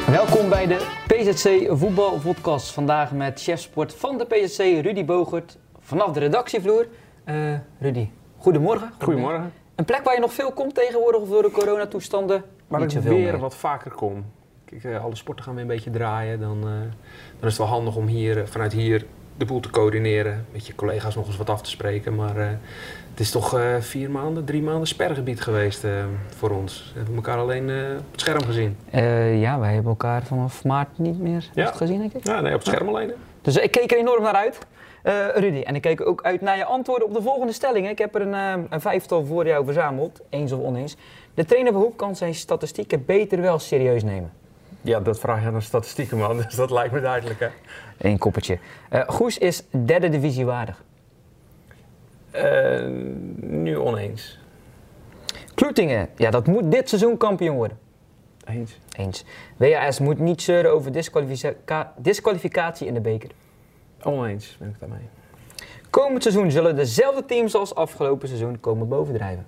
Welkom bij de PZC voetbalpodcast. Vandaag met chef sport van de PZC, Rudy Bogert, vanaf de redactievloer. Rudy, goedemorgen. Goedemorgen. Een plek waar je nog veel komt tegenwoordig of door de coronatoestanden? Waar niet ik zoveel weer mee. wat vaker kom. Kijk, alle sporten gaan weer een beetje draaien. Dan is het wel handig om vanuit hier de boel te coördineren. Met je collega's nog eens wat af te spreken. Maar het is toch 3 maanden spergebied geweest voor ons. We hebben elkaar alleen op het scherm gezien. Ja, wij hebben elkaar vanaf maart niet meer echt gezien, denk ik. Ja, nee, op het scherm alleen. Hè? Dus ik keek er enorm naar uit. Rudy, en ik keek ook uit naar je antwoorden op de volgende stellingen. Ik heb er een 5-tal voor jou verzameld, eens of oneens. De trainer van Hoek kan zijn statistieken beter wel serieus nemen. Ja, dat vraag je aan een statistieken man, dus dat lijkt me duidelijk hè. Eén koppertje. Goes is derde divisie waardig. Nu oneens. Kloetingen, ja, dat moet dit seizoen kampioen worden. Eens. WAS moet niet zeuren over disqualificatie in de beker. Oneens ben ik daarmee. Komend seizoen zullen dezelfde teams als afgelopen seizoen komen bovendrijven.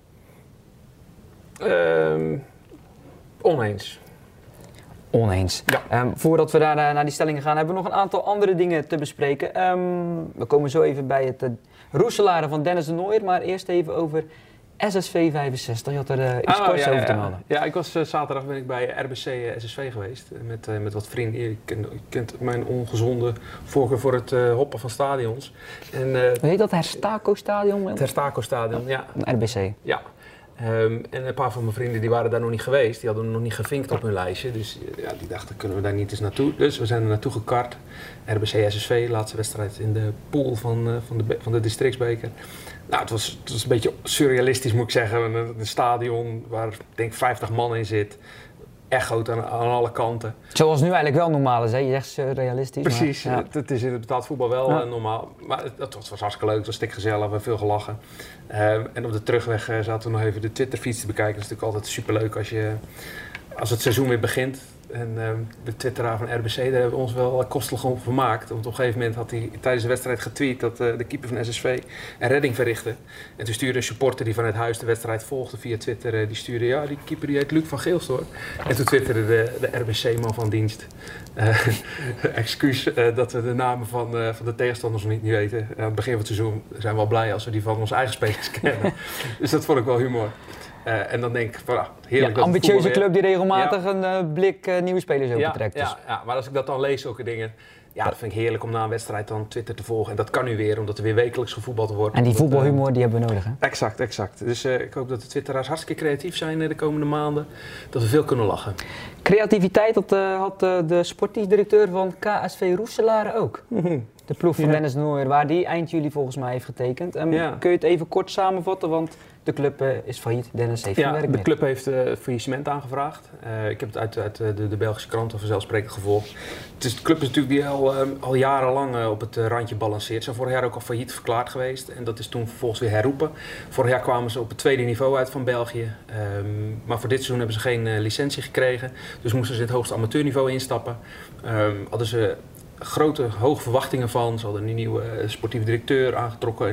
Oneens. Oneens. Ja. Voordat we daar naar die stellingen gaan, hebben we nog een aantal andere dingen te bespreken. We komen zo even bij het roeselaren van Dennis de Nooijer, maar eerst even over SSV 65. Je had er iets korts over te melden. Ja, ik was zaterdag ben ik bij RBC SSV geweest met wat vrienden. Je kent mijn ongezonde voorkeur voor het hoppen van stadions. Hoe heet dat? Herstaco-stadion? Het Herstaco-stadion, ja. RBC. Ja. En een paar van mijn vrienden die waren daar nog niet geweest, die hadden nog niet gevinkt op hun lijstje. Dus ja, die dachten, kunnen we daar niet eens naartoe? Dus we zijn er naartoe gekart. RBC SSV, laatste wedstrijd in de pool van de districtsbeker. Nou, het was een beetje surrealistisch moet ik zeggen. Een stadion waar ik denk 50 man in zit. Echoot aan alle kanten. Zoals nu eigenlijk wel normaal is, hè? Je zegt surrealistisch. Precies, maar, ja. het is in het betaald voetbal wel normaal. Maar het was hartstikke leuk, het was stikgezellig, we hebben veel gelachen. En op de terugweg zaten we nog even de Twitterfeeds te bekijken. Dat is natuurlijk altijd superleuk als het seizoen weer begint. En de twitteraar van RBC, daar hebben we ons wel kostelijk op vermaakt. Want op een gegeven moment had hij tijdens de wedstrijd getweet dat de keeper van SSV een redding verrichtte. En toen stuurde een supporter die vanuit huis de wedstrijd volgde via Twitter, die stuurde, ja, die keeper die heet Luc van Geelstoor. En toen twitterde de RBC-man van dienst, excuus dat we de namen van de tegenstanders nog niet weten. Aan het begin van het seizoen zijn we wel blij als we die van onze eigen spelers kennen. Dus dat vond ik wel humor. En dan denk ik, heerlijk. Ja, ambitieuze club die regelmatig een blik nieuwe spelers opentrekt. Dus. Ja, maar als ik dat dan lees, zulke dingen, ja, dat vind ik heerlijk om na een wedstrijd dan Twitter te volgen. En dat kan nu weer, omdat er weer wekelijks gevoetbald wordt. En die voetbalhumor, die hebben we nodig, hè? Exact. Dus ik hoop dat de Twitteraars hartstikke creatief zijn de komende maanden. Dat we veel kunnen lachen. Creativiteit had de sportief directeur van KSV Roeselare ook. De ploeg van Dennis de Nooijer, waar die eind juli volgens mij heeft getekend. Kun je het even kort samenvatten, want de club is failliet. Dennis heeft geen werk meer. De club heeft faillissement aangevraagd. Ik heb het uit de Belgische kranten vanzelfsprekend gevolgd. De club is natuurlijk die al jarenlang op het randje balanceert. Ze zijn vorig jaar ook al failliet verklaard geweest. En dat is toen vervolgens weer herroepen. Vorig jaar kwamen ze op het tweede niveau uit van België. Maar voor dit seizoen hebben ze geen licentie gekregen. Dus moesten ze in het hoogste amateurniveau instappen. Hadden ze hoge verwachtingen van. Ze hadden een nieuwe sportieve directeur aangetrokken,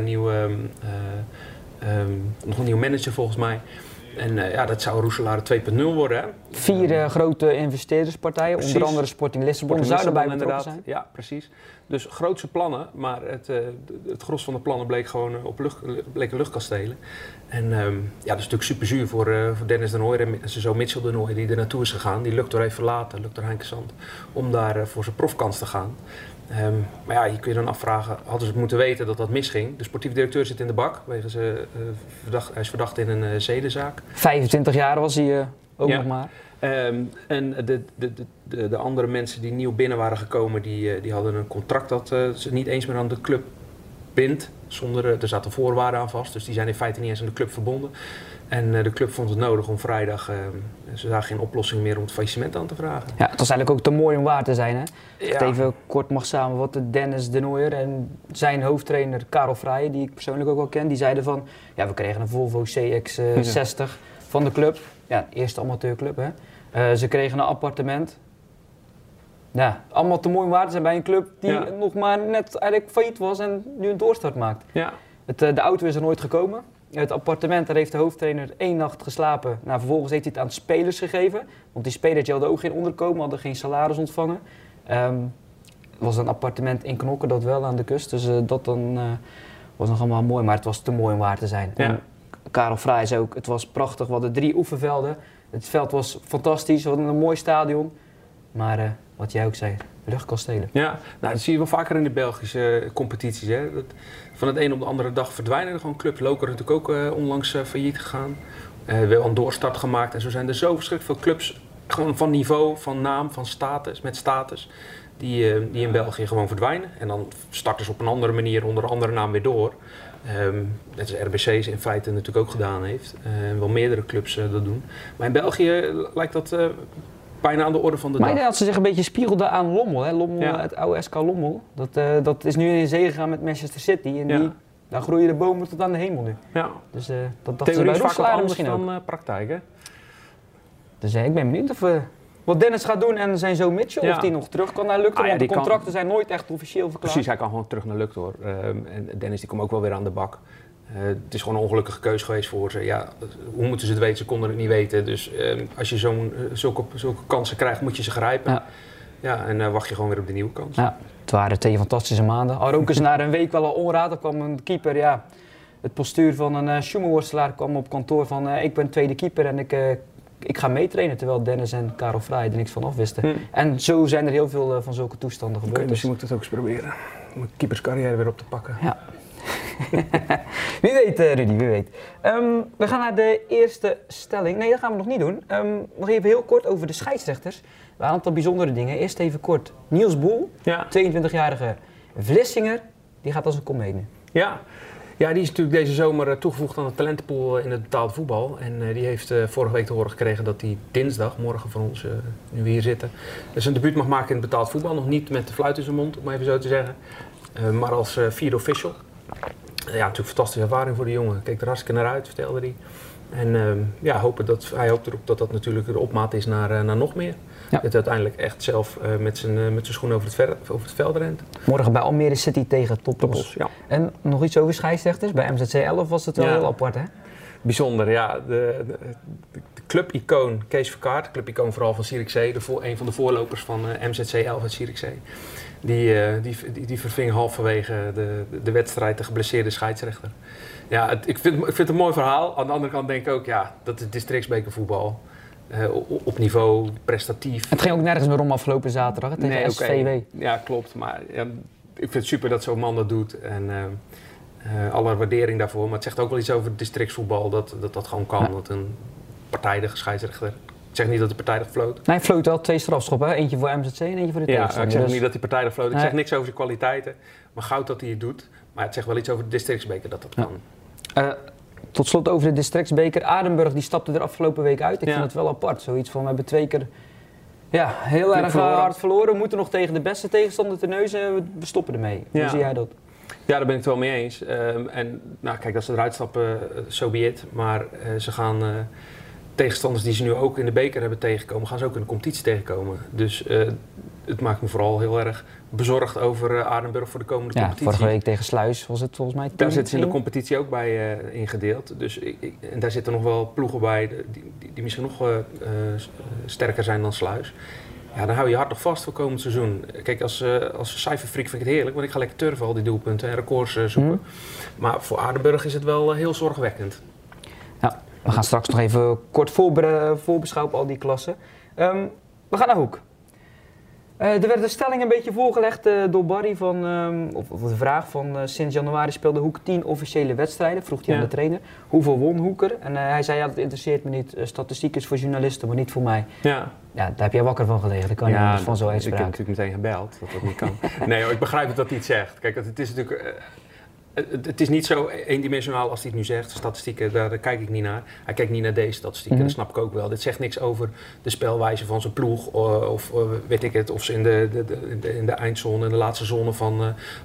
nog een nieuwe manager volgens mij. En dat zou Roeselare 2.0 worden. Hè? 4 grote investeerderspartijen, onder andere Sporting Lissabon, zouden erbij betrokken zijn. Ja, precies. Dus grootse plannen, maar het gros van de plannen bleek gewoon bleken luchtkastelen. En dat is natuurlijk super zuur voor Dennis de Nooijer en zo Mitchell de Nooijer die er naartoe is gegaan. Die Luctor heeft verlaten, Luctor Heinkensand, om daar voor zijn profkans te gaan. Maar ja, je kun je dan afvragen, hadden ze het moeten weten dat dat misging? De sportief directeur zit in de bak, wegens hij is verdacht in een zedenzaak. 25 jaar was hij ook nog maar. En de andere mensen die nieuw binnen waren gekomen, die hadden een contract dat ze niet eens meer aan de club bindt. Er zaten voorwaarden aan vast, dus die zijn in feite niet eens aan de club verbonden. En de club vond het nodig om vrijdag, ze zagen geen oplossing meer om het faillissement aan te vragen. Ja, het was eigenlijk ook te mooi om waar te zijn, hè? Als ik het even kort mag samenvatten, Dennis de Nooijer en zijn hoofdtrainer Karel Vrijen, die ik persoonlijk ook wel ken, die zeiden van, ja, we kregen een Volvo CX-60 van de club. Ja, eerste amateurclub, hè. Ze kregen een appartement. Ja, allemaal te mooi om waar te zijn bij een club die nog maar net eigenlijk failliet was en nu een doorstart maakt. Ja. De auto is er nooit gekomen. Het appartement, daar heeft de hoofdtrainer 1 nacht geslapen. Nou, vervolgens heeft hij het aan spelers gegeven. Want die spelers die hadden ook geen onderkomen, hadden geen salaris ontvangen. Het was een appartement in Knokke, dat wel aan de kust. Dus dat dan was nog allemaal mooi, maar het was te mooi om waar te zijn. Ja. En Karel Fraai zei ook, het was prachtig. We hadden 3 oefenvelden. Het veld was fantastisch, we hadden een mooi stadion. Maar wat jij ook zei, luchtkastelen. Ja, nou, dat zie je wel vaker in de Belgische competities. Hè? Dat van het een op de andere dag verdwijnen er gewoon clubs. Lokeren is natuurlijk ook onlangs failliet gegaan. Wel een doorstart gemaakt. En zo zijn er zo verschrikkelijk veel clubs. Gewoon van niveau, van naam, van status, met status. Die in België gewoon verdwijnen. En dan starten ze op een andere manier onder een andere naam weer door. Net als RBC in feite natuurlijk ook gedaan heeft. Wel meerdere clubs dat doen. Maar in België lijkt dat bijna aan de orde van de dag. Maar ik denk dat ze zich een beetje spiegelden aan Lommel. Hè? Lommel, het oude SK Lommel. Dat is nu in zee gegaan met Manchester City. En daar groeien de bomen tot aan de hemel nu. Ja. Dus dat dachten ze bij Roeselaar misschien ook. Dan praktijk, hè? Dus ik ben benieuwd of wat Dennis gaat doen en zijn zoon Mitchell, of die nog terug kan naar Luctor. Want de contracten zijn nooit echt officieel verklaard. Precies, hij kan gewoon terug naar Luctor. En Dennis die komt ook wel weer aan de bak. Het is gewoon een ongelukkige keus geweest voor ze. Ja, hoe moeten ze het weten? Ze konden het niet weten. Dus als je zulke kansen krijgt, moet je ze grijpen. Ja, en wacht je gewoon weer op de nieuwe kans. Ja, het waren 2 fantastische maanden. Al roken ze na een week wel al onraad. Er kwam een keeper, het postuur van een Schumacher kwam op kantoor van ik ben tweede keeper en ik ga meetrainen, terwijl Dennis en Karel Fraai er niks van af wisten. En zo zijn er heel veel van zulke toestanden gebeurd. Okay, misschien moet ik dat ook eens proberen. Om mijn keeperscarrière weer op te pakken. Ja. Wie weet, Rudy, wie weet. We gaan naar de eerste stelling. Nee, dat gaan we nog niet doen. Nog even heel kort over de scheidsrechters. Een aantal bijzondere dingen. Eerst even kort. Niels Boel, 22-jarige Vlissinger, die gaat als een komeet nu. Ja, die is natuurlijk deze zomer toegevoegd aan de talentenpool in het betaalde voetbal. En die heeft vorige week te horen gekregen dat hij dinsdag, morgen van ons, nu we hier zitten, zijn debuut mag maken in het betaald voetbal. Nog niet met de fluit in zijn mond, om maar even zo te zeggen. Maar als vierde official. Ja, natuurlijk een fantastische ervaring voor de jongen. Keek er hartstikke naar uit, vertelde hij. En hij hoopt erop dat dat natuurlijk de opmaat is naar nog meer. Dat hij uiteindelijk echt zelf met zijn schoen over het veld rent. Morgen bij Almere City tegen Toppos. Ja. En nog iets over scheidsrechters. Bij MZC 11 was het wel heel apart, hè? Bijzonder, ja. De clubicoon Kees Verkaert, clubicoon vooral van Zierikzee, een van de voorlopers van MZC 11 uit Zierikzee. Die verving halverwege de wedstrijd de geblesseerde scheidsrechter. Ja, ik vind het een mooi verhaal. Aan de andere kant denk ik ook, dat is districtsbekervoetbal. Op niveau prestatief. Het ging ook nergens meer om afgelopen zaterdag tegen SVW. Ja, klopt. Maar ik vind het super dat zo'n man dat doet. En alle waardering daarvoor. Maar het zegt ook wel iets over het districtsvoetbal. Dat gewoon kan. Dat een partijdige scheidsrechter... Ik zeg niet dat de partijdig floot. Nee, hij floot wel 2 strafschoppen. Hè? Eentje voor MZC en eentje voor de tegenstander. Ja, ik zeg niet dat hij partijdig floot. Ik zeg niks over zijn kwaliteiten. Maar goud dat hij het doet. Maar het zegt wel iets over de districtsbeker dat kan. Tot slot over de districtsbeker. Aardenburg die stapte er afgelopen week uit. Ik vind het wel apart. Zoiets van, we hebben 2 keer heel erg hard verloren. We moeten nog tegen de beste tegenstander te neuzen. We stoppen ermee. Hoe zie jij dat? Ja, daar ben ik het wel mee eens. En kijk, als ze eruit stappen, so be it. Maar ze gaan... tegenstanders die ze nu ook in de beker hebben tegengekomen, gaan ze ook in de competitie tegenkomen. Dus het maakt me vooral heel erg bezorgd over Aardenburg voor de komende competitie. Vorige week tegen Sluis was het volgens mij 10. Daar zitten ze in de competitie ook bij ingedeeld. Dus en daar zitten nog wel ploegen bij die misschien nog sterker zijn dan Sluis. Ja, dan hou je hard nog vast voor komend seizoen. Kijk, als cijferfreak vind ik het heerlijk, want ik ga lekker turven al die doelpunten en records zoeken. Maar voor Aardenburg is het wel heel zorgwekkend. Ja. We gaan straks nog even kort voorbeschouwen op al die klassen. We gaan naar Hoek. Er werd de stelling een beetje voorgelegd door Barry of de vraag van sinds januari speelde Hoek 10 officiële wedstrijden. Vroeg hij aan de trainer. Hoeveel won Hoeker? En hij zei dat interesseert me niet. Statistiek is voor journalisten, maar niet voor mij. Ja, daar heb jij wakker van gelegen. Daar kan je niet van zo uitspraken. Ik heb natuurlijk meteen gebeld dat niet kan. Nee hoor, ik begrijp dat hij het zegt. Kijk, het is natuurlijk... Het is niet zo eendimensionaal als hij het nu zegt. Statistieken, daar kijk ik niet naar. Hij kijkt niet naar deze statistieken, dat snap ik ook wel. Dit zegt niks over de spelwijze van zijn ploeg. Of weet ik het, of ze in de eindzone, in de laatste zone van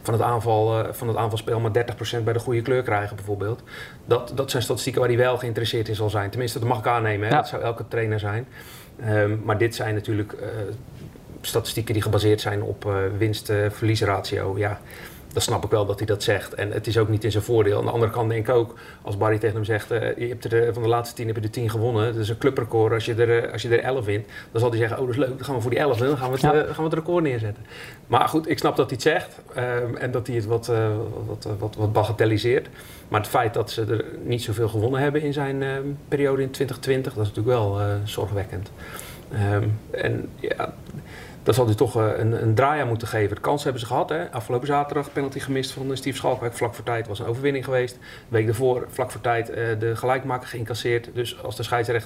het aanvalspel maar 30% bij de goede kleur krijgen bijvoorbeeld. Dat zijn statistieken waar hij wel geïnteresseerd in zal zijn. Tenminste, dat mag ik aannemen. Hè? Ja. Dat zou elke trainer zijn. Maar dit zijn natuurlijk statistieken die gebaseerd zijn op winst-verliesratio. Ja. dan snap ik wel dat hij dat zegt. En het is ook niet in zijn voordeel. Aan de andere kant denk ik ook, als Barry tegen hem zegt, je hebt van de laatste 10 heb je de 10 gewonnen. Dat is een clubrecord. Als je er 11 wint, dan zal hij zeggen, oh dat is leuk, dan gaan we voor die 11 dan gaan we het record neerzetten. Maar goed, ik snap dat hij het zegt en dat hij het wat bagatelliseert. Maar het feit dat ze er niet zoveel gewonnen hebben in zijn periode in 2020, dat is natuurlijk wel zorgwekkend. En ja, daar zal hij toch een draai aan moeten geven. De kans hebben ze gehad. Hè. Afgelopen zaterdag penalty gemist van Steve Schalkwijk. Vlak voor tijd was een overwinning geweest. De week daarvoor, vlak voor tijd, de gelijkmaker geïncasseerd. Dus als de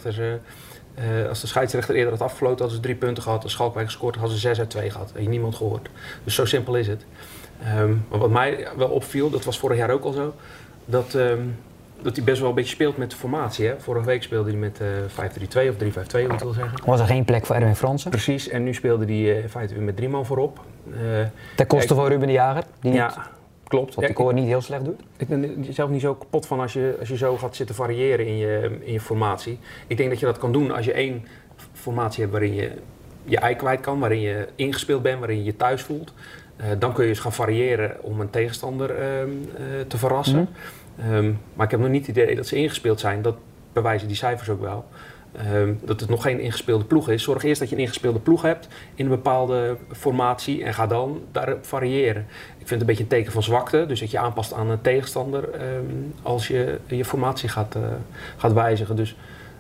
scheidsrechter eerder had afgefloten, hadden ze 3 punten gehad. Als Schalkwijk gescoord, hadden ze 6-2 gehad. Had je niemand gehoord. Dus zo simpel is het. Maar wat mij wel opviel, dat was vorig jaar ook al zo, dat hij best wel een beetje speelt met de formatie. Hè? Vorige week speelde hij met 5-3-2 of 3-5-2, hoe ik wil zeggen. Was er geen plek voor Erwin Fransen? Precies, en nu speelde hij in feite weer met 3 man voorop. Ten koste van Ruben de Jager, die niet, klopt. Wat de koor niet heel slecht doet. Ik ben zelf niet zo kapot van als je zo gaat zitten variëren in je formatie. Ik denk dat je dat kan doen als je 1 formatie hebt waarin je je ei kwijt kan, waarin je ingespeeld bent, waarin je je thuis voelt. Dan kun je eens gaan variëren om een tegenstander te verrassen. Maar ik heb nog niet het idee dat ze ingespeeld zijn. Dat bewijzen die cijfers ook wel. Dat het nog geen ingespeelde ploeg is. Zorg eerst dat je een ingespeelde ploeg hebt in een bepaalde formatie en ga dan daarop variëren. Ik vind het een beetje een teken van zwakte. Dus dat je aanpast aan een tegenstander als je je formatie gaat wijzigen. Dus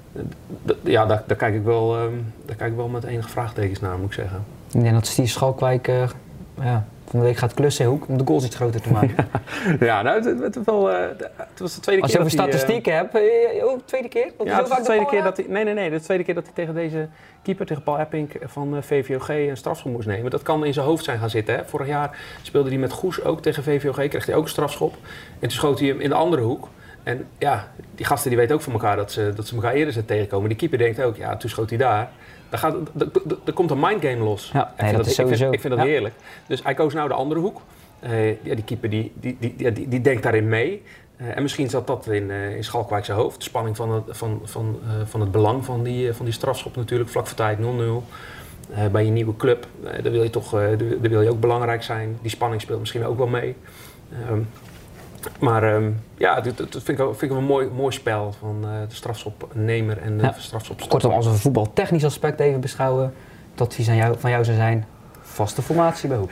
daar kijk ik wel met enige vraagtekens naar, moet ik zeggen. Ik denk dat Steve Schalkwijk van de week gaat klussen in Hoek om de goals iets groter te maken. Het was de tweede keer. Als je over statistieken hebt, tweede keer? Dat is de tweede keer dat hij. Nee, de tweede keer dat hij tegen deze keeper, tegen Paul Epping van VVOG, een strafschop moest nemen. Dat kan in zijn hoofd zijn gaan zitten. Hè. Vorig jaar speelde hij met Goes ook tegen VVOG, kreeg hij ook een strafschop. En toen schoot hij hem in de andere hoek. En ja, die gasten die weten ook van elkaar dat ze elkaar eerder zijn tegenkomen. Die keeper denkt ook, toen schoot hij daar. Er komt een mindgame los. Ja, ik vind dat heerlijk. Dus hij koos nou de andere hoek. Die keeper die denkt daarin mee. En misschien zat dat in Schalkwijk zijn hoofd. De spanning van het belang van die strafschop natuurlijk. Vlak voor tijd 0-0. Bij je nieuwe club. Daar wil je ook belangrijk zijn. Die spanning speelt misschien ook wel mee. Maar dat vind ik een mooi spel van de strafschopnemer en de strafschopstopper. Kortom, als we voetbaltechnisch aspect even beschouwen, het advies van jou zou zijn, vaste formatie bij Hoek.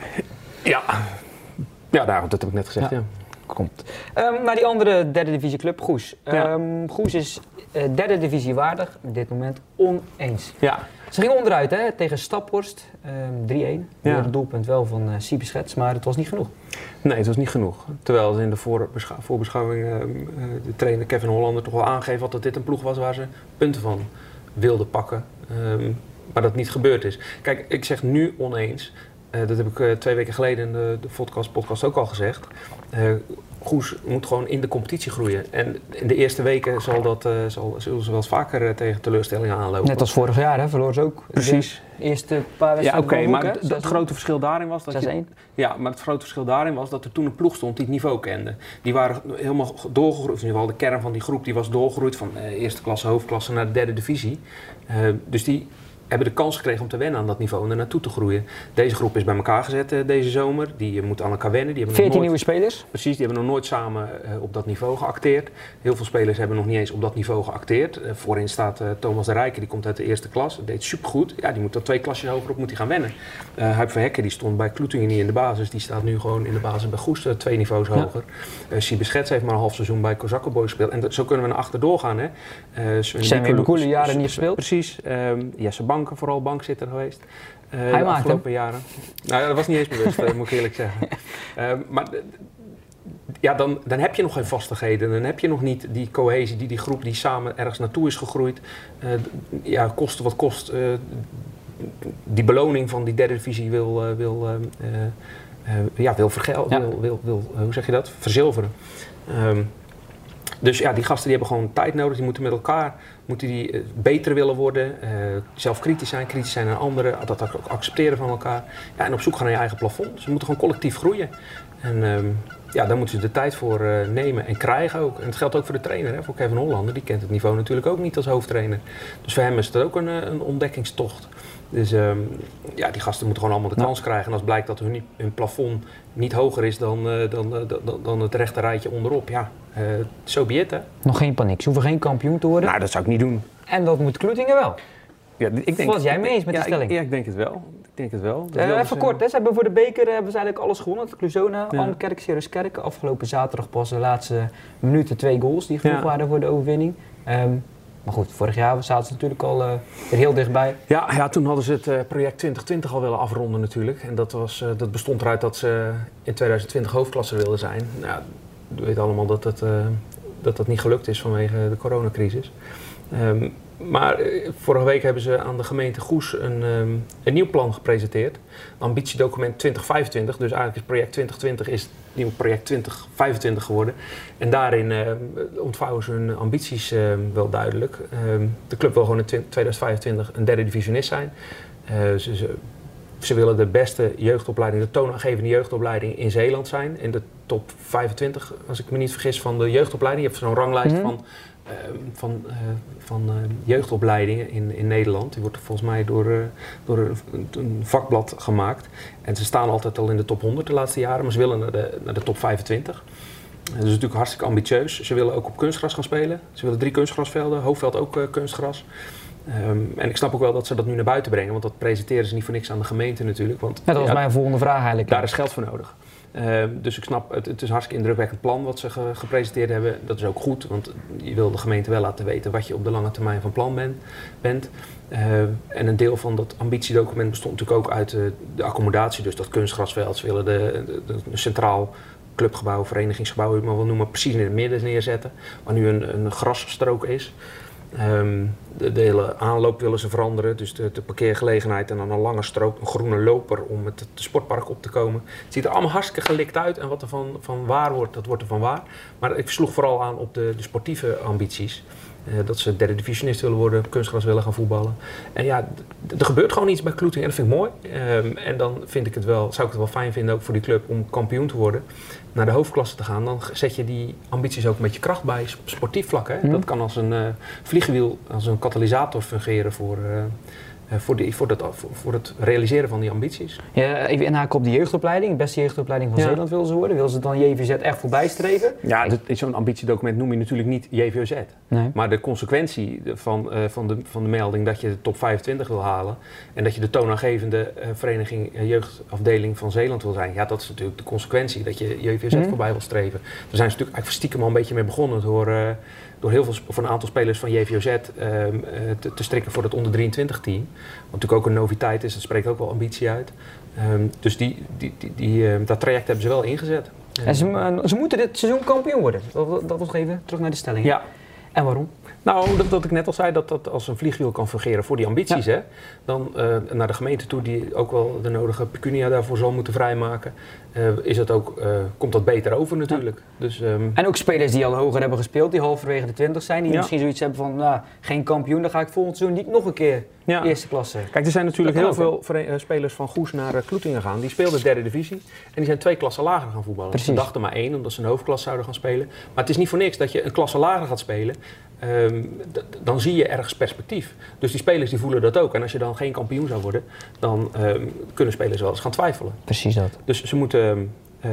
Ja, dat heb ik net gezegd, ja. Komt. Naar die andere derde divisie club, Goes. Goes is derde divisie waardig, op dit moment oneens. Ja. Ze gingen onderuit tegen Staphorst, 3-1. Het doelpunt wel van Siebe Schets, maar het was niet genoeg. Nee, het was niet genoeg. Terwijl in de voorbeschouwing de trainer Kevin Hollander toch wel aangeeft dat dit een ploeg was waar ze punten van wilden pakken. Maar dat niet gebeurd is. Kijk, ik zeg nu oneens. Dat heb ik 2 weken geleden in de podcast ook al gezegd. Goes moet gewoon in de competitie groeien. En in de eerste weken zullen ze wel eens vaker tegen teleurstellingen aanlopen. Net als vorig jaar, hè? Verloor ze ook. Precies. De eerste paar wedstrijden. Ja, maar het grote verschil daarin was dat 6-1. Maar het grote verschil daarin was dat er toen een ploeg stond die het niveau kende. Die waren helemaal doorgegroeid, in ieder geval de kern van die groep die was doorgegroeid van eerste klasse, hoofdklasse naar de derde divisie. Dus die hebben de kans gekregen om te wennen aan dat niveau en er naartoe te groeien. Deze groep is bij elkaar gezet deze zomer. Die moeten aan elkaar wennen. Die hebben 14 nieuwe spelers? Precies, die hebben nog nooit samen op dat niveau geacteerd. Heel veel spelers hebben nog niet eens op dat niveau geacteerd. Voorin staat Thomas de Rijken, die komt uit de eerste klas. Dat deed supergoed. Ja, die moet dat 2 klasjes hoger op gaan wennen. Huip van Hekken, die stond bij Kloetingen niet in de basis. Die staat nu gewoon in de basis bij Goes 2 niveaus hoger. Siebe Schets heeft maar een half seizoen bij Kozakkenboy gespeeld. En zo kunnen we naar achter doorgaan. Zijn we coole jaren niet gespeeld? Precies. Jesse Banken, vooral bankzitter geweest. De afgelopen jaren. Nou, dat was niet eens bewust, moet ik eerlijk zeggen. Maar dan heb je nog geen vastigheden. Dan heb je nog niet die cohesie, die groep die samen ergens naartoe is gegroeid. Koste wat kost. Die beloning van die derde divisie wil hoe zeg je dat? Verzilveren. Dus die gasten die hebben gewoon tijd nodig. Die moeten met elkaar beter willen worden. Zelf kritisch zijn naar anderen. Dat ook accepteren van elkaar. En op zoek gaan naar je eigen plafond. Ze moeten gewoon collectief groeien. En daar moeten ze de tijd voor nemen en krijgen ook. En dat geldt ook voor de trainer, voor Kevin Hollander. Die kent het niveau natuurlijk ook niet als hoofdtrainer. Dus voor hem is het ook een ontdekkingstocht. Dus die gasten moeten gewoon allemaal de kans krijgen. En als blijkt dat hun plafond niet hoger is dan het rechte rijtje onderop, so be it, hè. Nog geen paniek, ze hoeven geen kampioen te worden. Nou, dat zou ik niet doen. En dat moet Kloetingen wel. Ja, ik denk, was jij mee eens met die stelling? Ja, ik denk het wel. Even kort, hè. Ze hebben voor de beker eigenlijk alles gewonnen. Cluzona, Almkerk, Cereskerk. Afgelopen zaterdag pas de laatste minuten 2 goals die genoeg waren voor de overwinning. Maar goed, vorig jaar zaten ze natuurlijk al weer heel dichtbij. Ja, toen hadden ze het project 2020 al willen afronden natuurlijk. En dat bestond eruit dat ze in 2020 hoofdklasse wilden zijn. Nou, we weten allemaal dat niet gelukt is vanwege de coronacrisis. Maar vorige week hebben ze aan de gemeente Goes een nieuw plan gepresenteerd. Ambitiedocument 2025, dus eigenlijk is project 2020 is het nieuwe project 2025 geworden. En daarin ontvouwen ze hun ambities wel duidelijk. De club wil gewoon in 2025 een derde divisionist zijn. Ze willen de beste jeugdopleiding, de toonaangevende jeugdopleiding in Zeeland zijn. In de top 25, als ik me niet vergis, van de jeugdopleiding. Je hebt zo'n ranglijst van jeugdopleidingen in Nederland. Die wordt volgens mij door een vakblad gemaakt. En ze staan altijd al in de top 100 de laatste jaren, maar ze willen naar de top 25. Dat is natuurlijk hartstikke ambitieus. Ze willen ook op kunstgras gaan spelen. Ze willen 3 kunstgrasvelden, Hoofdveld ook kunstgras. En ik snap ook wel dat ze dat nu naar buiten brengen, want dat presenteren ze niet voor niks aan de gemeente natuurlijk. Want, dat was mijn volgende vraag eigenlijk. Daar is geld voor nodig. Dus ik snap, het is een hartstikke indrukwekkend plan wat ze gepresenteerd hebben. Dat is ook goed, want je wil de gemeente wel laten weten wat je op de lange termijn van plan bent. En een deel van dat ambitiedocument bestond natuurlijk ook uit de accommodatie, dus dat kunstgrasveld. Ze willen de centraal clubgebouw, verenigingsgebouw, hoe je het maar wil noemen, precies in het midden neerzetten, waar nu een grasstrook is. De hele aanloop willen ze veranderen, dus de parkeergelegenheid en dan een lange strook, een groene loper om het sportpark op te komen. Het ziet er allemaal hartstikke gelikt uit en wat er van waar wordt, dat wordt er van waar. Maar ik sloeg vooral aan op de sportieve ambities. Dat ze derde divisionist willen worden, kunstgras willen gaan voetballen. En ja, er gebeurt gewoon iets bij Kloetingen en dat vind ik mooi. En dan zou ik het wel fijn vinden ook voor die club om kampioen te worden. Naar de hoofdklasse te gaan, dan zet je die ambities ook met je kracht bij op sportief vlak. Hè? Dat kan als een vliegwiel, als een katalysator fungeren voor het realiseren van die ambities. Ja, even inhaken op de jeugdopleiding. De beste jeugdopleiding van Zeeland willen ze worden. Willen ze dan JVZ echt voorbij streven? Ja, in zo'n ambitiedocument noem je natuurlijk niet JVZ. Nee. Maar de consequentie van de melding dat je de top 25 wil halen en dat je de toonaangevende vereniging jeugdafdeling van Zeeland wil zijn. Ja, dat is natuurlijk de consequentie dat je JVZ voorbij wil streven. Daar zijn ze natuurlijk eigenlijk stiekem al een beetje mee begonnen door voor een aantal spelers van JVOZ te strikken voor het onder 23 team. Wat natuurlijk ook een noviteit is, dat spreekt ook wel ambitie uit. Dus dat traject hebben ze wel ingezet. En ze moeten dit seizoen kampioen worden. Dat was even terug naar de stelling. Ja. En waarom? Nou, dat ik net al zei, dat als een vliegwiel kan fungeren voor die ambities, hè, dan naar de gemeente toe, die ook wel de nodige pecunia daarvoor zal moeten vrijmaken, komt dat beter over natuurlijk. Ja. Dus, en ook spelers die al hoger hebben gespeeld, die halverwege de 20 zijn, die misschien zoiets hebben van, geen kampioen, dan ga ik volgend seizoen niet nog een keer eerste klasse. Kijk, er zijn natuurlijk heel veel spelers van Goes naar Kloetingen gaan, die speelden derde divisie en die zijn 2 klassen lager gaan voetballen. Precies. Ze dachten maar 1, omdat ze een hoofdklasse zouden gaan spelen. Maar het is niet voor niks dat je een klasse lager gaat spelen. Dan zie je ergens perspectief. Dus die spelers die voelen dat ook. En als je dan geen kampioen zou worden, dan kunnen spelers wel eens gaan twijfelen. Precies dat. Dus ze moeten.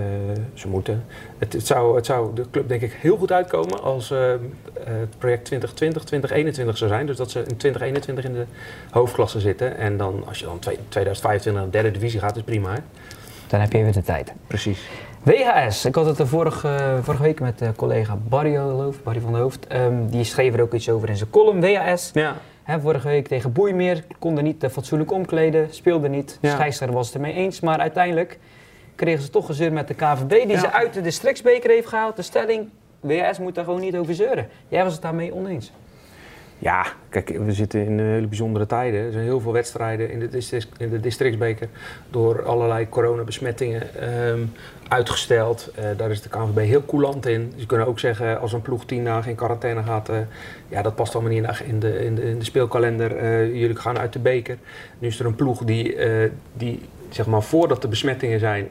Het zou de club denk ik heel goed uitkomen als het project 2020, 2021 zou zijn. Dus dat ze in 2021 in de hoofdklasse zitten. En dan als je dan 2025 naar de derde divisie gaat, is prima. Hè? Dan heb je even de tijd. Precies. WHS, ik had het er vorige week met collega Barry van der Hoofd. Die schreef er ook iets over in zijn column. WHS, vorige week tegen Boeimeer, konden niet fatsoenlijk omkleden, speelden niet. Ja. Scheidsrechter was het ermee eens, maar uiteindelijk kregen ze toch gezeur met de KVB, die ze uit de districtsbeker heeft gehaald. De stelling, WHS moet daar gewoon niet over zeuren. Jij was het daarmee oneens? Ja, kijk, we zitten in hele bijzondere tijden. Er zijn heel veel wedstrijden in de districtsbeker door allerlei coronabesmettingen uitgesteld. Daar is de KNVB heel coulant in. Dus je kunt ook zeggen, als een ploeg 10 dagen in quarantaine gaat, dat past allemaal niet in de speelkalender. Jullie gaan uit de beker. Nu is er een ploeg die zeg maar voordat de besmettingen zijn,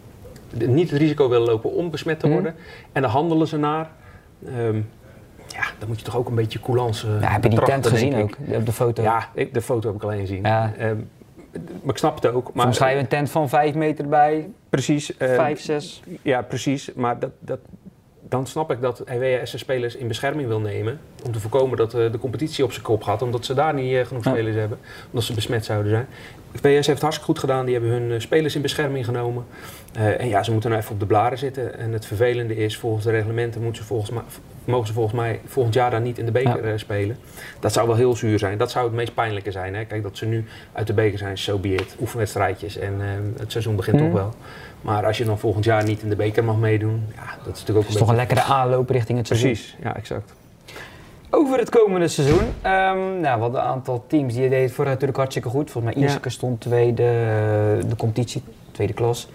niet het risico willen lopen om besmet te worden. En daar handelen ze naar. dan moet je toch ook een beetje coulance heb je die tent gezien ook, op de foto? Ja, de foto heb ik alleen gezien. Ja. Maar ik snap het ook. Maar soms ga je een tent van 5 meter bij, precies, 5, 6. Ja, precies. Maar dan snap ik dat WHS spelers in bescherming wil nemen. Om te voorkomen dat de competitie op zijn kop gaat. Omdat ze daar niet genoeg spelers hebben. Omdat ze besmet zouden zijn. WHS heeft het hartstikke goed gedaan. Die hebben hun spelers in bescherming genomen. En ja, ze moeten nou even op de blaren zitten. En het vervelende is, volgens de reglementen mogen ze volgens mij volgend jaar dan niet in de beker spelen. Dat zou wel heel zuur zijn. Dat zou het meest pijnlijke zijn. Hè? Kijk, dat ze nu uit de beker zijn, so be it. Oefenwedstrijdjes en het seizoen begint toch wel. Maar als je dan volgend jaar niet in de beker mag meedoen, ja, dat is natuurlijk ook een beetje... toch een lekkere aanloop richting het seizoen. Precies, ja, exact. Over het komende seizoen. We hadden een aantal teams die deden het vooruit natuurlijk hartstikke goed. Volgens mij Ierseke stond tweede, de competitie, tweede klas.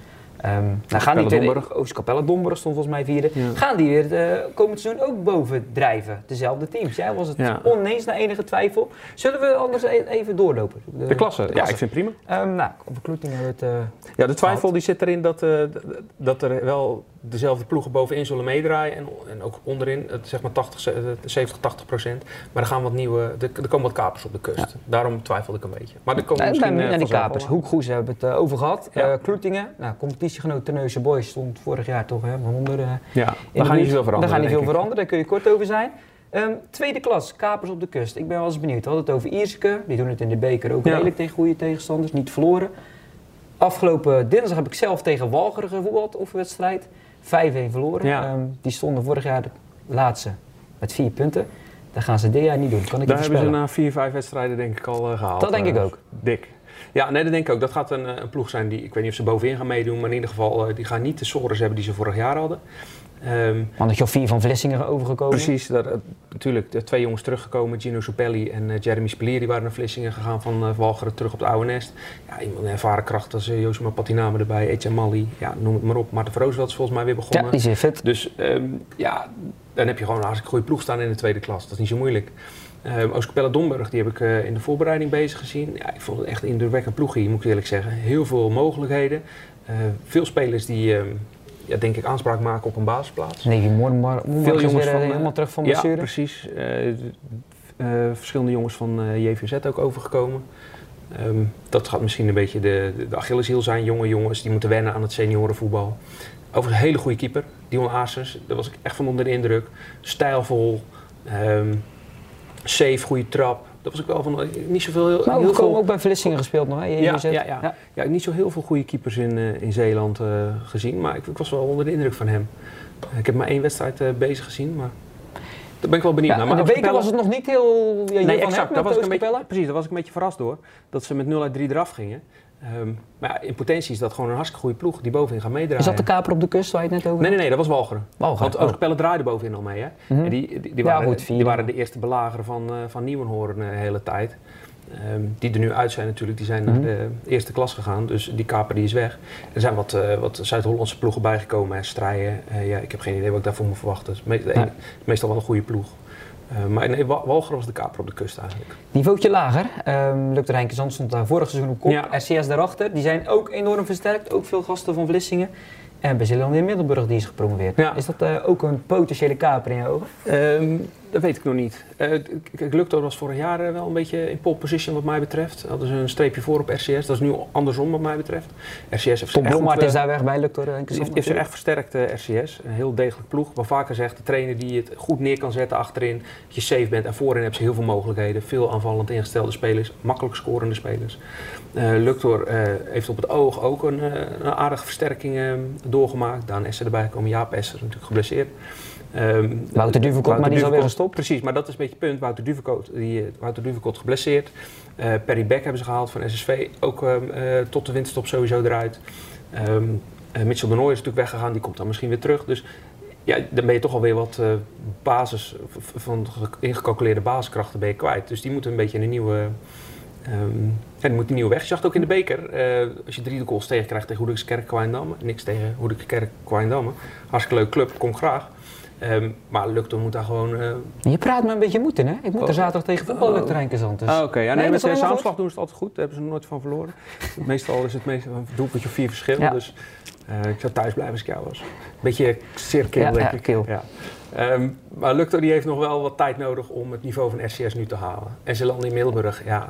Oostkapelle-Domburg stond volgens mij vierde. Ja. Gaan die weer het komend seizoen ook boven drijven? Dezelfde teams. Jij was het oneens na enige twijfel. Zullen we anders even doorlopen? De klasse? Ja, ik vind het prima. Op Kloeting hebben we het de twijfel die zit erin dat er wel dezelfde ploegen bovenin zullen meedraaien en ook onderin, zeg maar 70-80%. Maar er gaan wat er komen wat kapers op de kust. Ja. Daarom twijfelde ik een beetje. Maar er komen misschien die kapers. Hoekgoes hebben we het over gehad. Ja. Kloetingen, competitiegenoot Terneuzen Boys stond vorig jaar toch van onder. Daar gaat niet veel veranderen. Daar kun je kort over zijn. Tweede klas, kapers op de kust. Ik ben wel eens benieuwd. We hadden het over Ierseke. Die doen het in de beker ook redelijk tegen goede tegenstanders. Niet verloren. Afgelopen dinsdag heb ik zelf tegen Walcheren gevoetbald, oefenwedstrijd. 5-1 verloren. Ja. Die stonden vorig jaar de laatste met 4 punten. Dat gaan ze dit jaar niet doen. Kan ik daar hebben ze na 4-5 wedstrijden denk ik al gehaald. Dat denk ik ook. Dik. Ja, nee, dat denk ik ook. Dat gaat een ploeg zijn die, ik weet niet of ze bovenin gaan meedoen, maar in ieder geval, die gaan niet de sores hebben die ze vorig jaar hadden. Want je 4 van Vlissingen overgekomen. Precies, natuurlijk 2 jongens teruggekomen, Gino Soupelli en Jeremy Spelier, die waren naar Vlissingen gegaan van Walcheren terug op het oude nest. Ja, iemand een ervaren kracht als Josima Patiname erbij, Etienne Mali, ja, noem het maar op. Maarten Verroosveld is volgens mij weer begonnen. Ja, die is fit. Dus dan heb je gewoon een hartstikke goede ploeg staan in de tweede klas. Dat is niet zo moeilijk. Oostkapelle-Domburg, die heb ik in de voorbereiding bezig gezien. Ja, ik vond het echt een indrukwekkend ploegje, moet ik eerlijk zeggen. Heel veel mogelijkheden. Veel spelers die... denk ik aanspraak maken op een basisplaats. Nee, veel jongens van helemaal terug van blessure. Ja, precies. Verschillende jongens van JVZ ook overgekomen. Dat gaat misschien een beetje de Achilleshiel zijn. Jonge jongens die moeten wennen aan het seniorenvoetbal. Over een hele goede keeper, Dion Aasens. Daar was ik echt van onder de indruk. Stijlvol, safe, goede trap. Dat was ik wel van niet zoveel. Maar we komen ook bij Vlissingen gespeeld nog, hè? Ja, niet zo heel veel goede keepers in Zeeland gezien, maar ik was wel onder de indruk van hem. Ik heb maar 1 wedstrijd bezig gezien, maar daar ben ik wel benieuwd naar. Maar de beker was het nog niet heel... Nee, exact. Daar was ik een beetje verrast door. Dat ze met 0-3 eraf gingen. Maar ja, in potentie is dat gewoon een hartstikke goede ploeg die bovenin gaat meedraaien. Is dat de kaper op de kust waar je het net over had? Nee, dat was Walcheren. Want Oostkapelle draaide bovenin al mee. Hè? Mm-hmm. En die waren de eerste belageren van Nieuwenhoorn de hele tijd. Die er nu uit zijn natuurlijk, die zijn naar de eerste klas gegaan, dus die kaper die is weg. Er zijn wat Zuid-Hollandse ploegen bijgekomen, Strijden. Ik heb geen idee wat ik daarvoor moet verwachten. Meestal wel een goede ploeg. Maar nee, Walcheren was de kaper op de kust eigenlijk. Niveautje lager. Lukte Rijnkenzand stond daar vorig seizoen op kop. Ja. RCS daarachter. Die zijn ook enorm versterkt. Ook veel gasten van Vlissingen. En bij Zeeland in Middelburg die is gepromoveerd. Ja. Is dat ook een potentiële kaper in je ogen? Dat weet ik nog niet. Lukto was vorig jaar wel een beetje in pole position wat mij betreft. Hadden ze een streepje voor op RCS. Dat is nu andersom wat mij betreft. RCS heeft Tom Blommaert is daar weg bij Lukto. Heeft zich echt versterkt, RCS. Een heel degelijk ploeg. Wat vaker zegt, de trainer die het goed neer kan zetten achterin. Dat je safe bent. En voorin hebben ze heel veel mogelijkheden. Veel aanvallend ingestelde spelers. Makkelijk scorende spelers. Luktor heeft op het oog ook een aardige versterking doorgemaakt. Daan Esser erbij gekomen. Jaap Esser natuurlijk geblesseerd. Wouter Duvekot, maar die is alweer gestopt. Precies, maar dat is een beetje het punt. Wouter Duvekot geblesseerd. Perry Beck hebben ze gehaald van SSV. Ook tot de winterstop sowieso eruit. Mitchell de Nooy is natuurlijk weggegaan. Die komt dan misschien weer terug. Dus ja, dan ben je toch alweer wat basis van ingecalculeerde basiskrachten ben je kwijt. Dus die moeten een beetje een nieuwe... die moet een nieuwe weg. Je zag het ook in de beker. Als je 3 goals tegenkrijgt tegen Hoedekeskerk Kwaaiendamme. Niks tegen Hoedekeskerk Kwaaiendamme. Hartstikke leuk club, kom graag. Maar Lukto moet daar gewoon... Je praat me een beetje moed in, hè? Ik moet er zaterdag tegen voetbal Lukto Rijnkenzand. Dus. Oké. Ja, met de samenslag doen ze het altijd goed. Daar hebben ze nooit van verloren. Meestal is het een doelpuntje of 4 verschil. Ja. Dus ik zou thuis blijven als ik jou was. Beetje cirkel, denk ik. Keel. Ja. Maar Lukto die heeft nog wel wat tijd nodig om het niveau van RCS nu te halen. En ze landen in Middelburg, ja.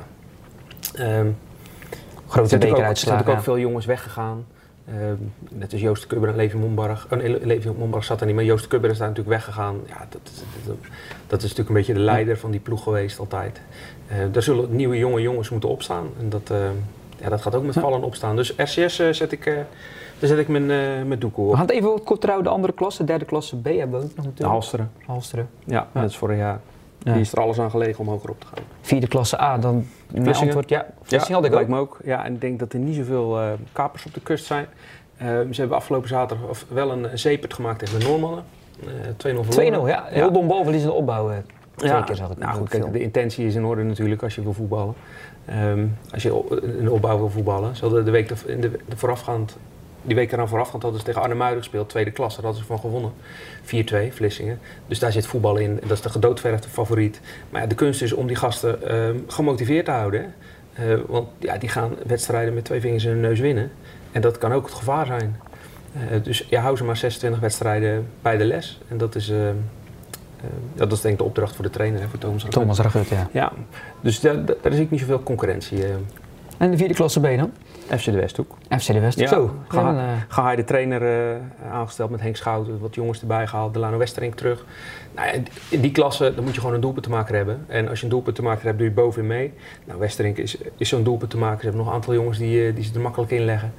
Grote bekeruitslagen. Er zijn natuurlijk ook veel jongens weggegaan. Net als Joost de Kubber en Levi Mombarg. Levi Mombarg zat er niet, maar Joost de Kubber is daar natuurlijk weggegaan. Ja, dat is natuurlijk een beetje de leider van die ploeg geweest altijd. Daar zullen nieuwe jonge jongens moeten opstaan. En dat gaat ook met vallen opstaan. Dus RCS zet ik mijn doekoe op. We gaan het even kort houden, de andere klasse, derde klasse B hebben we ook nog natuurlijk. Halsteren. Ja, dat is vorig jaar. Ja. Die is er alles aan gelegen om hoger op te gaan. Vierde klasse A, dan mijn antwoord ja. Vlissingen had ik ook. Ja, en ik denk dat er niet zoveel kapers op de kust zijn. Ze hebben afgelopen zaterdag wel een zeepert gemaakt tegen de Noormannen. 2-0 verloren. 2-0, ja. Heel dom balverlies in de opbouw. Twee keer zag ik. Nou goed, kijk, de intentie is in orde natuurlijk als je wil voetballen. Als je in de opbouw wil voetballen. Ze hadden de week voorafgaand... Die week eraan voorafgaand hadden ze tegen Arnhem-Muiden gespeeld, tweede klasse, daar hadden ze van gewonnen. 4-2, Vlissingen. Dus daar zit voetbal in, dat is de gedoodverfde favoriet. Maar ja, de kunst is om die gasten gemotiveerd te houden. Want ja, die gaan wedstrijden met 2 vingers in hun neus winnen. En dat kan ook het gevaar zijn. Dus ja, hou ze maar 26 wedstrijden bij de les. En dat is denk ik de opdracht voor de trainer, voor Thomas Ragut. Thomas Ragut, ja. Ja. Dus daar is niet zoveel concurrentie. En de vierde klasse B dan? FC de Westhoek. FC de Westhoek, ja. Zo. Ga de trainer aangesteld met Henk Schouten, wat jongens erbij gehaald, Delano Westerink terug. Nou ja, in die klasse dan moet je gewoon een doelpunt te maken hebben. En als je een doelpunt te maken hebt, doe je bovenin mee. Nou, Westerink is zo'n doelpunt te maken. Ze hebben nog een aantal jongens die ze er makkelijk in leggen.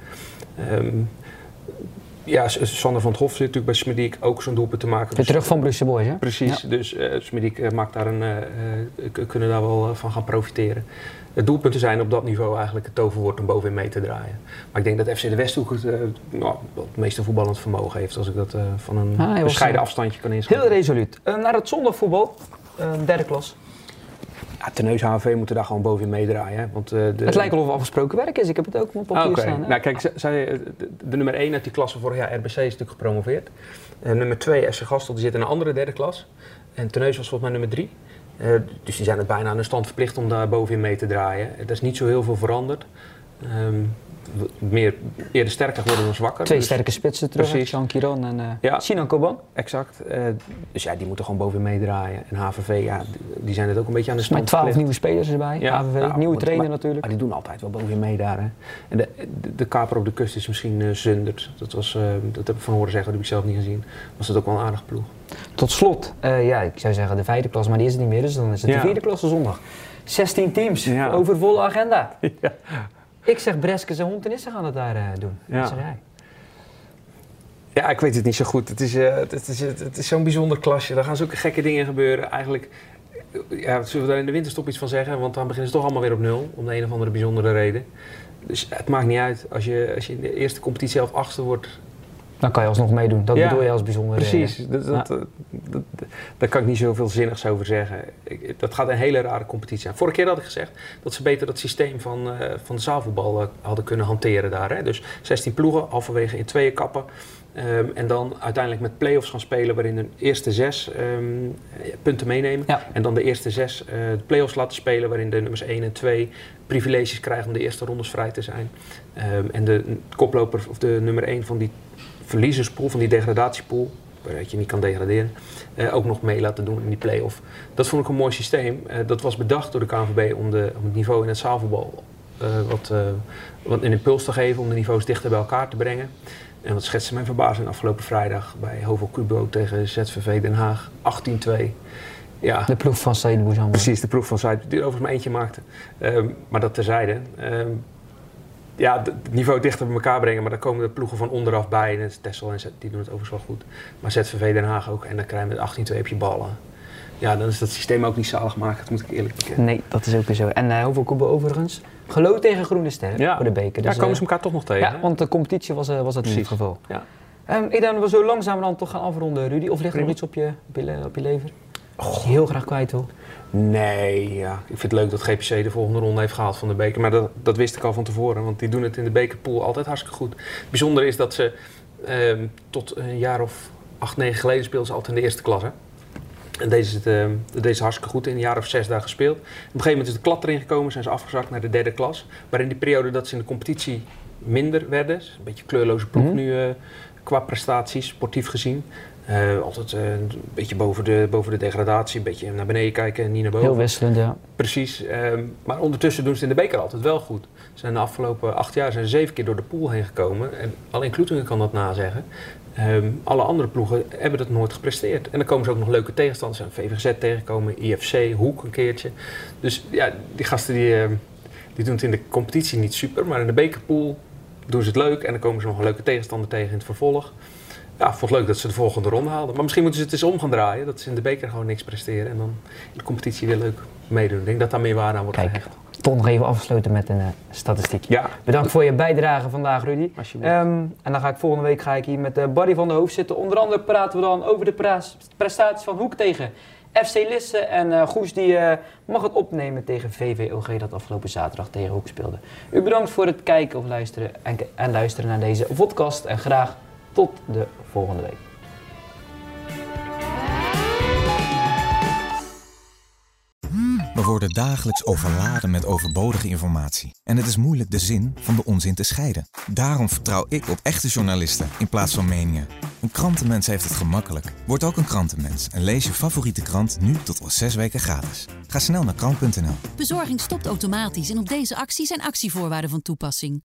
Ja, Sander van 't Hof zit natuurlijk bij Smediek ook zo'n doelpunt te maken. Dus terug van Brussel Boys, hè? Precies, ja. Dus Smediek maakt daar kunnen daar wel van gaan profiteren. Het doelpunten zijn op dat niveau eigenlijk het toverwoord om bovenin mee te draaien. Maar ik denk dat FC de Westhoek het meeste voetballend vermogen heeft, als ik dat van een bescheiden afstandje kan inschatten. Heel resoluut. Naar het zondagvoetbal, derde klas. Ja, Tenneuzen HVV moeten daar gewoon bovenin meedraaien. Hè? Want, het lijkt wel of afgesproken werk is, ik heb het ook op papier staan. Hè? Nou kijk, de nummer 1 uit die klasse vorig jaar, RBC, is natuurlijk gepromoveerd. Nummer 2, FC Gastel, die zit in een andere derde klas. En Tenneuzen was volgens mij nummer 3. Dus die zijn het bijna aan de stand verplicht om daar bovenin mee te draaien. Er is niet zo heel veel veranderd. Eerder sterker worden dan zwakker. 2 sterke spitsen terug, Jean Kiron en Sinan Koban. Exact. Dus ja, die moeten gewoon bovenin meedraaien. En HVV, ja, die zijn het ook een beetje aan de stand verplicht. 12 nieuwe spelers erbij, ja, HVV, nieuwe trainer natuurlijk. Maar die doen altijd wel bovenin mee daar. Hè. En de kaper op de kust is misschien Zundert. Dat heb ik van horen zeggen, dat heb ik zelf niet gezien. Was dat ook wel een aardige ploeg. Tot slot, ik zou zeggen de 5e klas, maar die is het niet meer, dus dan is het de 4e klasse zondag. 16 teams, over volle agenda. Ja. Ik zeg Breskes en Hontenissen gaan het daar doen. Wat zeg jij? Ja, ik weet het niet zo goed. Het is zo'n bijzonder klasje. Daar gaan zulke gekke dingen gebeuren. Eigenlijk, zullen we daar in de winterstop iets van zeggen? Want dan beginnen ze toch allemaal weer op 0, om de een of andere bijzondere reden. Dus het maakt niet uit. Als je in de eerste competitie 8e wordt... Dan kan je alsnog meedoen. Dat bedoel je als bijzondere precies. Daar kan ik niet zoveel zinnigs over zeggen. Dat gaat een hele rare competitie zijn. Vorige keer had ik gezegd dat ze beter dat systeem van de zaalvoetbal hadden kunnen hanteren daar. Hè. Dus 16 ploegen, halverwege in 2 kappen. En dan uiteindelijk met play-offs gaan spelen waarin de eerste 6 punten meenemen. Ja. En dan de eerste 6 de play-offs laten spelen waarin de nummers 1 en 2 privileges krijgen om de eerste rondes vrij te zijn. En de koploper of de nummer 1 van die verliezerspool, van die degradatiepool, waaruit je niet kan degraderen, ook nog mee laten doen in die play-off. Dat vond ik een mooi systeem. Dat was bedacht door de KNVB om het niveau in het zaalvoetbal wat een impuls te geven, om de niveaus dichter bij elkaar te brengen. En wat schetste mijn verbazing afgelopen vrijdag bij Hovo Kubo tegen ZVV Den Haag, 18-2. Ja. De ploeg van Said Bouzamba. Precies, de ploeg van Said, die er overigens maar eentje maakte. Maar dat terzijde. Het niveau dichter bij elkaar brengen, maar daar komen de ploegen van onderaf bij. En Texel en die doen het overigens wel goed. Maar ZVV Den Haag ook. En dan krijg je met 18-2 op je ballen. Ja, dan is dat systeem ook niet zalig maken, dat moet ik eerlijk bekennen. Nee, dat is ook weer zo. En Hovo Kubo overigens, Geloo tegen Groene Ster voor de beker. Dus, komen ze elkaar toch nog tegen. Ja, want de competitie was het niet het geval. Ja. Ik denk dat we zo langzamerhand toch gaan afronden, Rudy. Of ligt er nog iets op je lever? Dat je heel graag kwijt wil. Nee, ja. Ik vind het leuk dat GPC de volgende ronde heeft gehaald van de beker. Maar dat wist ik al van tevoren, want die doen het in de bekerpool altijd hartstikke goed. Het bijzondere is dat ze tot een jaar of 8, 9 geleden speelden ze altijd in de eerste klas. Hè? En deze hartstikke goed, in een jaar of 6 daar gespeeld. Op een gegeven moment is de klad erin gekomen, zijn ze afgezakt naar de derde klas. Maar in die periode dat ze in de competitie minder werden, een beetje kleurloze ploeg nu qua prestaties, sportief gezien, Altijd een beetje boven de degradatie, een beetje naar beneden kijken en niet naar boven. Heel wisselend, ja. Precies. Maar ondertussen doen ze het in de beker altijd wel goed. Ze zijn de afgelopen 8 jaar 7 keer door de pool heen gekomen. En alleen Kloetingen kan dat nazeggen. Alle andere ploegen hebben dat nooit gepresteerd. En dan komen ze ook nog leuke tegenstanders. VVZ tegenkomen, IFC, Hoek een keertje. Dus ja, die gasten die doen het in de competitie niet super. Maar in de bekerpool doen ze het leuk. En dan komen ze nog een leuke tegenstander tegen in het vervolg. Ja, ik vond het leuk dat ze de volgende ronde haalden. Maar misschien moeten ze het eens om gaan draaien. Dat ze in de beker gewoon niks presteren. En dan in de competitie weer leuk meedoen. Ik denk dat daar meer waarde aan wordt gehecht. Toch nog even afsluiten met een statistiekje. Ja. Bedankt voor je bijdrage vandaag, Rudy. En dan ga ik volgende week hier met Barry van der Hoofd zitten. Onder andere praten we dan over de prestaties van Hoek tegen FC Lisse. En Goes die mag het opnemen tegen VVOG dat afgelopen zaterdag tegen Hoek speelde. U bedankt voor het kijken of luisteren en luisteren naar deze podcast. En graag tot de volgende week. We worden dagelijks overladen met overbodige informatie. En het is moeilijk de zin van de onzin te scheiden. Daarom vertrouw ik op echte journalisten in plaats van meningen. Een krantenmens heeft het gemakkelijk. Word ook een krantenmens en lees je favoriete krant nu tot al 6 weken gratis. Ga snel naar krant.nl. Bezorging stopt automatisch en op deze actie zijn actievoorwaarden van toepassing.